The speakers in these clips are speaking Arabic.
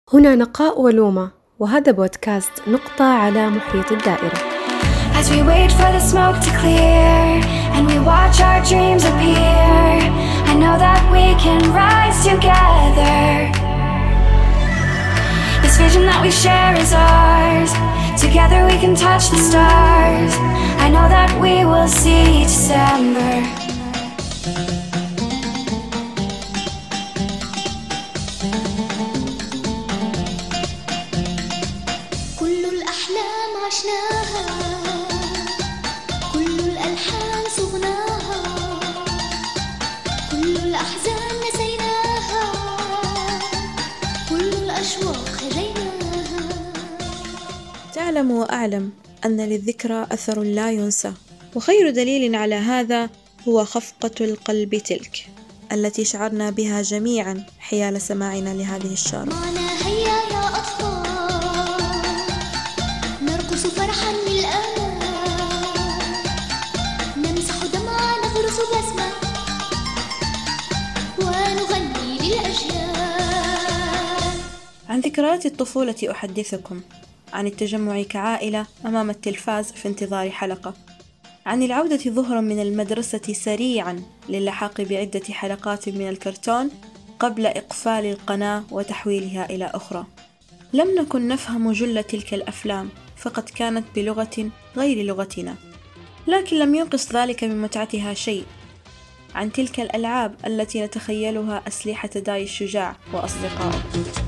هنا نقاء ولومة، وهذا بودكاست نقطة على محيط الدائرة. As we wait for the smoke to clear and we watch our dreams appear, I know that we can rise together. This vision that we share is ours. Together we can touch the stars. I know that we will see December. كل الأحلام عشناها، كل الألحان صغناها، كل الأحزان نسيناها، كل الأشواق هديناها. تعلم وأعلم أن للذكرى أثر لا ينسى، وخير دليل على هذا هو خفقة القلب تلك التي شعرنا بها جميعا حيال سماعنا لهذه الشارة. معنا هيا يا أطفال، نرقص فرحا للآمال، نمسح دمعا نغرس بسمة ونغني للأجيال. عن ذكريات الطفولة أحدثكم، عن التجمع كعائلة أمام التلفاز في انتظار حلقة، عن العودة ظهرا من المدرسة سريعا للحاق بعدة حلقات من الكرتون قبل إقفال القناة وتحويلها إلى أخرى. لم نكن نفهم جل تلك الأفلام، فقد كانت بلغة غير لغتنا، لكن لم ينقص ذلك من متعتها شيء. عن تلك الألعاب التي نتخيلها أسلحة داي الشجاع وأصدقائه.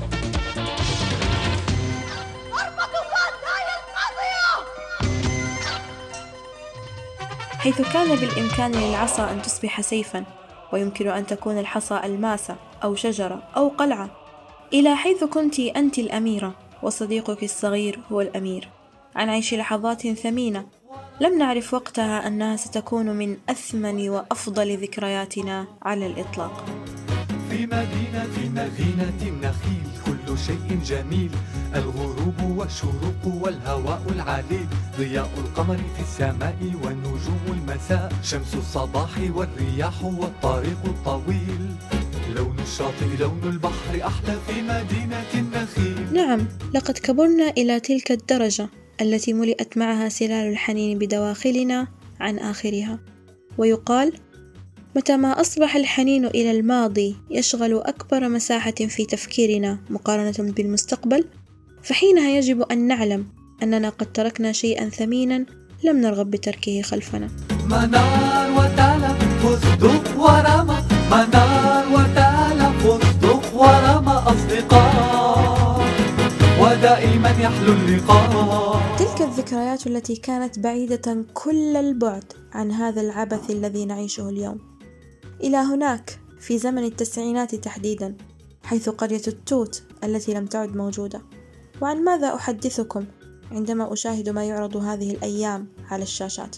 حيث كان بالإمكان للعصا أن تصبح سيفاً، ويمكن أن تكون الحصى ألماسة أو شجرة أو قلعة، إلى حيث كنت أنت الأميرة وصديقك الصغير هو الأمير. عن عيش لحظات ثمينة لم نعرف وقتها أنها ستكون من أثمن وأفضل ذكرياتنا على الإطلاق. في مدينة النخيل كل شيء جميل، الغروب والشروق والهواء العليل، ضياء القمر في السماء ونجوم المساء، شمس الصباح والرياح والطريق الطويل، لون الشاطئ لون البحر أحلى في مدينة النخيل. نعم، لقد كبرنا إلى تلك الدرجة التي ملئت معها سلال الحنين بدواخلنا عن آخرها. ويقال: متى ما أصبح الحنين إلى الماضي يشغل أكبر مساحة في تفكيرنا مقارنة بالمستقبل، فحينها يجب أن نعلم أننا قد تركنا شيئا ثمينا لم نرغب بتركه خلفنا. منار وتعالى فستق ورمى، منار وتعالى فستق ورمى، أصدقاء ودائما يحلو اللقاء. تلك الذكريات التي كانت بعيدة كل البعد عن هذا العبث الذي نعيشه اليوم. إلى هناك في زمن التسعينات تحديدا، حيث قرية التوت التي لم تعد موجودة. وعن ماذا أحدثكم عندما أشاهد ما يعرض هذه الأيام على الشاشات؟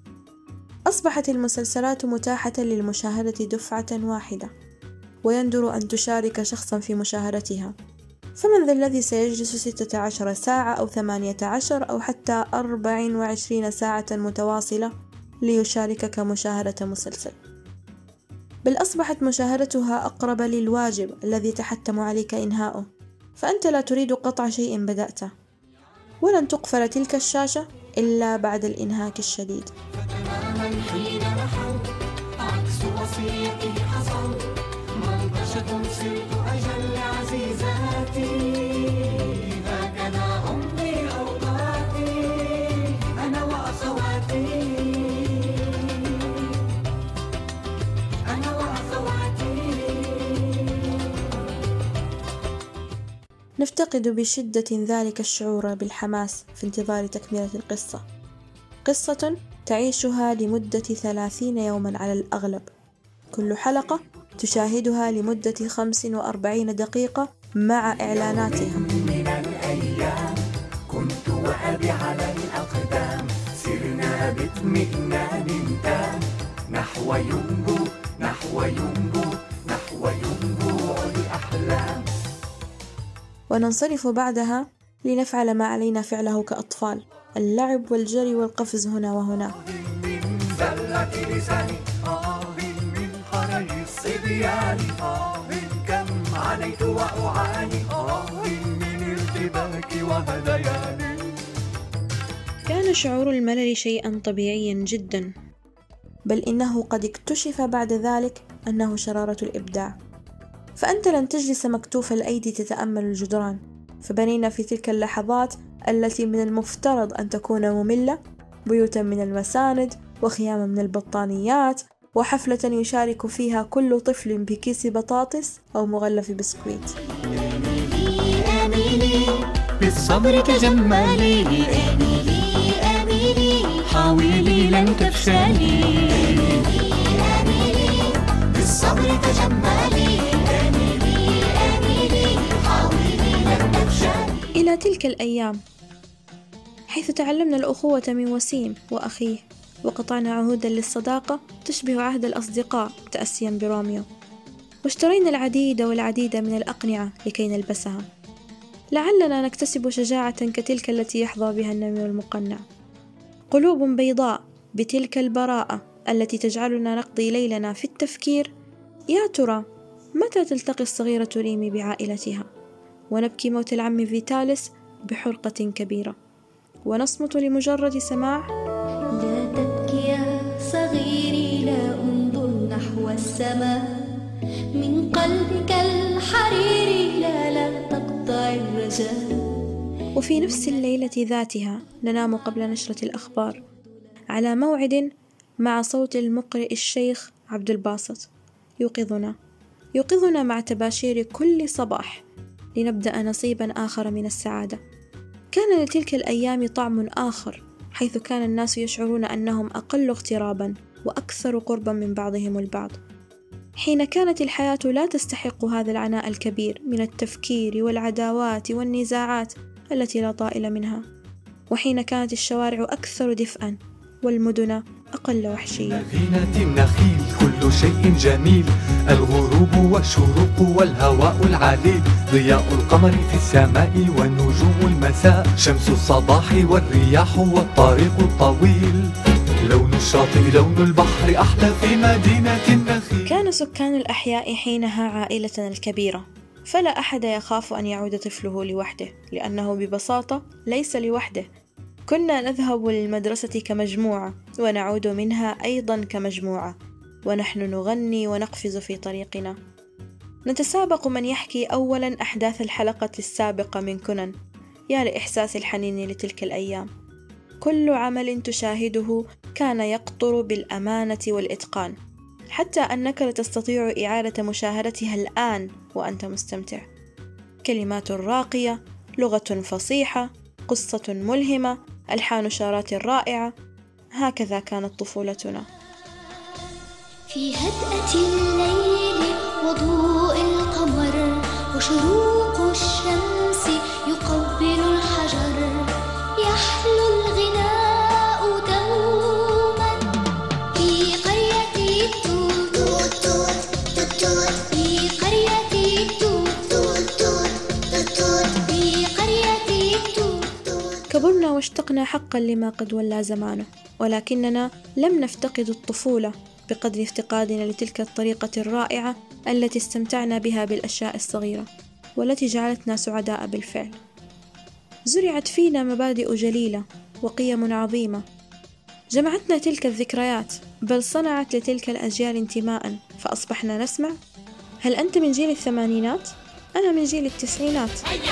أصبحت المسلسلات متاحة للمشاهدة دفعة واحدة، ويندر أن تشارك شخصا في مشاهدتها، فمن ذا الذي سيجلس 16 ساعة أو 18 أو حتى 24 ساعة متواصلة ليشاركك مشاهدة مسلسل؟ بل أصبحت مشاهدتها أقرب للواجب الذي تحتم عليك إنهاؤه، فأنت لا تريد قطع شيء بدأته، ولن تقفل تلك الشاشة إلا بعد الإنهاك الشديد. نفتقد بشدة ذلك الشعور بالحماس في انتظار تكملة القصة، قصة تعيشها لمدة 30 يوما على الأغلب، كل حلقة تشاهدها لمدة 45 دقيقة مع إعلاناتها. من الأيام كنت وأبي على الأقدام، سرنا باطمئنان تام، نحو ينبوع نحو ينبوع نحو ينبوع الأحلام. وننصرف بعدها لنفعل ما علينا فعله كأطفال، اللعب والجري والقفز هنا وهنا. من زلة لساني من حري الصبيان، كم عانيت وأعاني من ارتباك وهذيان. كان شعور الملل شيئا طبيعيا جدا، بل إنه قد اكتشف بعد ذلك أنه شرارة الإبداع. فأنت لن تجلس مكتوف الأيدي تتأمل الجدران، فبنينا في تلك اللحظات التي من المفترض أن تكون مملة بيوتا من المساند وخياما من البطانيات وحفلة يشارك فيها كل طفل بكيس بطاطس أو مغلف بسكويت. بالصبر تجملي، حاولي لن تفشلي. بالصبر تجملي، حاولي لن تفشلي. إلى تلك الأيام حيث تعلمنا الأخوة من وسيم وأخيه، وقطعنا عهودا للصداقة تشبه عهد الأصدقاء تأسيا بروميو، واشترينا العديد والعديد من الأقنعة لكي نلبسها، لعلنا نكتسب شجاعة كتلك التي يحظى بها النمر المقنع. قلوب بيضاء بتلك البراءة التي تجعلنا نقضي ليلنا في التفكير: يا ترى متى تلتقي الصغيرة ريمي بعائلتها؟ ونبكي موت العم فيتاليس بحرقة كبيرة، ونصمت لمجرد سماع: لا تبكي يا صغيري، لا انظر نحو السماء، من قلبك الحريري لا تقطع الرجاء. وفي نفس الليلة ذاتها ننام قبل نشرة الأخبار على موعد مع صوت المقرئ الشيخ عبد الباسط يوقظنا مع تباشير كل صباح لنبدأ نصيبا آخر من السعادة. كان لتلك الأيام طعم آخر، حيث كان الناس يشعرون أنهم أقل اغترابا وأكثر قربا من بعضهم البعض، حين كانت الحياة لا تستحق هذا العناء الكبير من التفكير والعداوات والنزاعات التي لا طائل منها، وحين كانت الشوارع أكثر دفئا والمدن أقل وحشية. مدينة النخيل كل شيء جميل، الغروب والشروق والهواء العليل، ضياء القمر في السماء والنجوم المساء، شمس الصباح والرياح والطريق الطويل، لون الشاطئ لون البحر أحلى في مدينة النخيل. كان سكان الأحياء حينها عائلتنا الكبيرة، فلا أحد يخاف أن يعود طفله لوحده، لأنه ببساطة ليس لوحده. كنا نذهب للمدرسة كمجموعة ونعود منها أيضا كمجموعة، ونحن نغني ونقفز في طريقنا، نتسابق من يحكي أولا أحداث الحلقة السابقة من كونان. يا لإحساس الحنين لتلك الأيام. كل عمل تشاهده كان يقطر بالأمانة والإتقان، حتى أنك لتستطيع إعادة مشاهدتها الآن وأنت مستمتع. كلمات راقية، لغة فصيحة، قصة ملهمة، ألحان شارات رائعة. هكذا كانت طفولتنا. في هدأة الليل وضوء القمر وشروق الشمس يقبل الحجر، يحلو الغناء دوما في قرية توت توت توت توت، في قرية توت توت توت توت، في قرية توت توت. كبرنا واشتقنا حقا لما قد ولى زمانه، ولكننا لم نفتقد الطفولة بقدر افتقادنا لتلك الطريقة الرائعة التي استمتعنا بها بالأشياء الصغيرة، والتي جعلتنا سعداء بالفعل. زرعت فينا مبادئ جليلة وقيم عظيمة، جمعتنا تلك الذكريات، بل صنعت لتلك الأجيال انتماء، فأصبحنا نسمع: هل أنت من جيل الثمانينات؟ أنا من جيل التسعينات.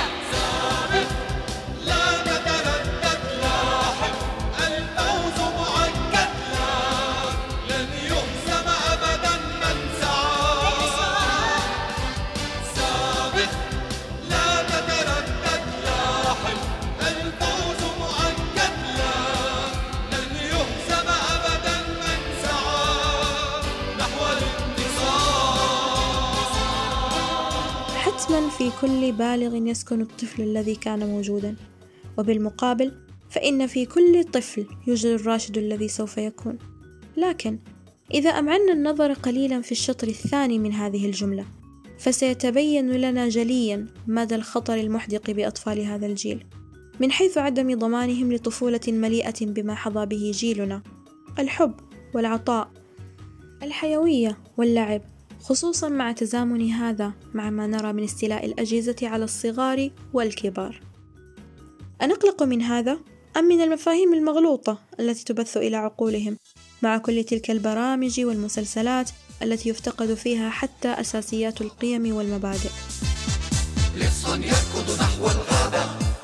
حتما في كل بالغ يسكن الطفل الذي كان موجودا، وبالمقابل فإن في كل طفل يوجد الراشد الذي سوف يكون. لكن إذا أمعنا النظر قليلا في الشطر الثاني من هذه الجملة، فسيتبين لنا جليا مدى الخطر المحدق بأطفال هذا الجيل، من حيث عدم ضمانهم لطفولة مليئة بما حظى به جيلنا: الحب والعطاء، الحيوية واللعب، خصوصا مع تزامن هذا مع ما نرى من استيلاء الأجهزة على الصغار والكبار. أنقلق من هذا أم من المفاهيم المغلوطة التي تبث إلى عقولهم مع كل تلك البرامج والمسلسلات التي يفتقد فيها حتى أساسيات القيم والمبادئ؟ لص يركض نحو الغابة،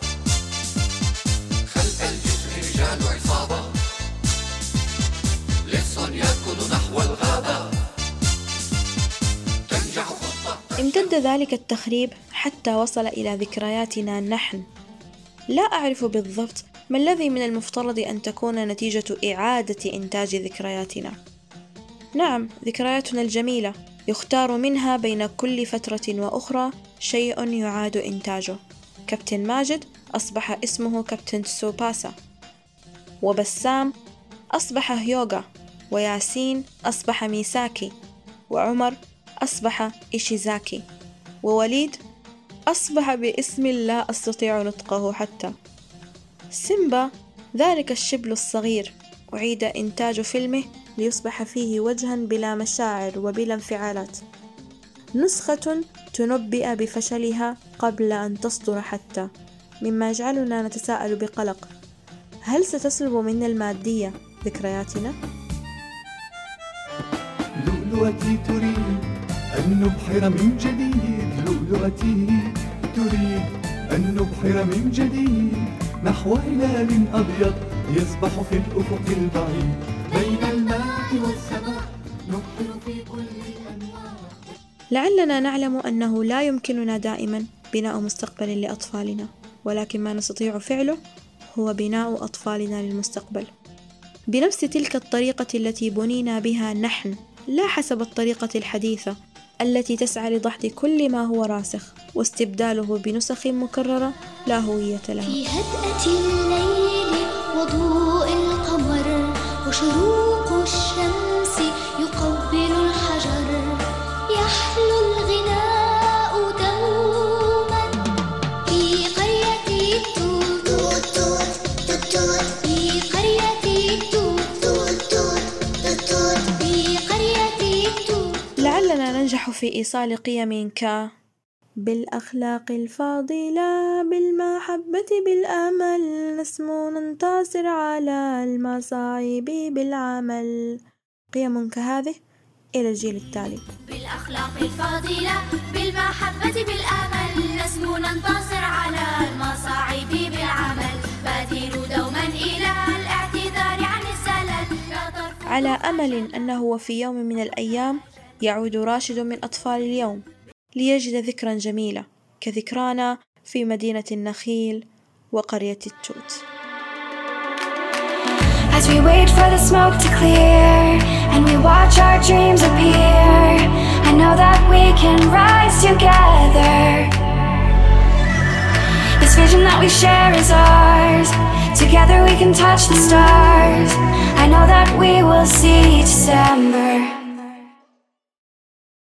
خلف الجسر رجال عصابة. لص يركض نحو الغابة، تنجح خطة. امتد ذلك التخريب حتى وصل إلى ذكرياتنا نحن. لا أعرف بالضبط ما الذي من المفترض أن تكون نتيجة إعادة إنتاج ذكرياتنا. نعم، ذكرياتنا الجميلة يختار منها بين كل فترة وأخرى شيء يعاد إنتاجه. كابتن ماجد أصبح اسمه كابتن تسوباسا، وبسام أصبح هيوغا، وياسين أصبح ميساكي، وعمر أصبح إيشيزاكي، ووليد أصبح باسم لا أستطيع نطقه حتى. سيمبا ذلك الشبل الصغير أعيد إنتاج فيلمه ليصبح فيه وجها بلا مشاعر وبلا انفعالات، نسخة تنبئ بفشلها قبل أن تصدر حتى، مما يجعلنا نتساءل بقلق: هل ستسلب منا المادية ذكرياتنا؟ لؤلؤتي تريد أن نبحر من جديد، لؤلؤتي تريد أن نبحر من جديد نحو هلال أبيض يسبح في الأفق البعيد، بين الماء والسماء نبحر في كل أنواع. لعلنا نعلم أنه لا يمكننا دائما بناء مستقبل لأطفالنا، ولكن ما نستطيع فعله هو بناء أطفالنا للمستقبل بنفس تلك الطريقة التي بنينا بها نحن، لا حسب الطريقة الحديثة التي تسعى لضحك كل ما هو راسخ واستبداله بنسخ مكررة لا هوية لها. في هدأة الليل وضوء القمر وشروق الشمس يقبل الحجر، يحلو الغناء دوما في قرية توت توت توت توت، في قرية توت توت توت توت، في قرية توت. لعلنا ننجح في إيصال قيم بالأخلاق الفاضلة، بالمحبة، بالأمل، نسمو ننتصر على المصاعب بالعمل. قيم كهذه إلى الجيل التالي. بالأخلاق الفاضلة، بالمحبة، بالأمل، نسمو ننتصر على المصاعب بالعمل، بادروا دوما إلى الاعتذار عن الزلل. على أمل أنه وفي يوم من الأيام يعود راشد من أطفال اليوم ليجد ذكرا جميلة كذكرانا في مدينة النخيل وقرية التوت. As we wait for the smoke to clear and we watch our dreams appear, I know that we can rise together. This vision that we share is ours. Together we can touch the stars. I know that we will see December.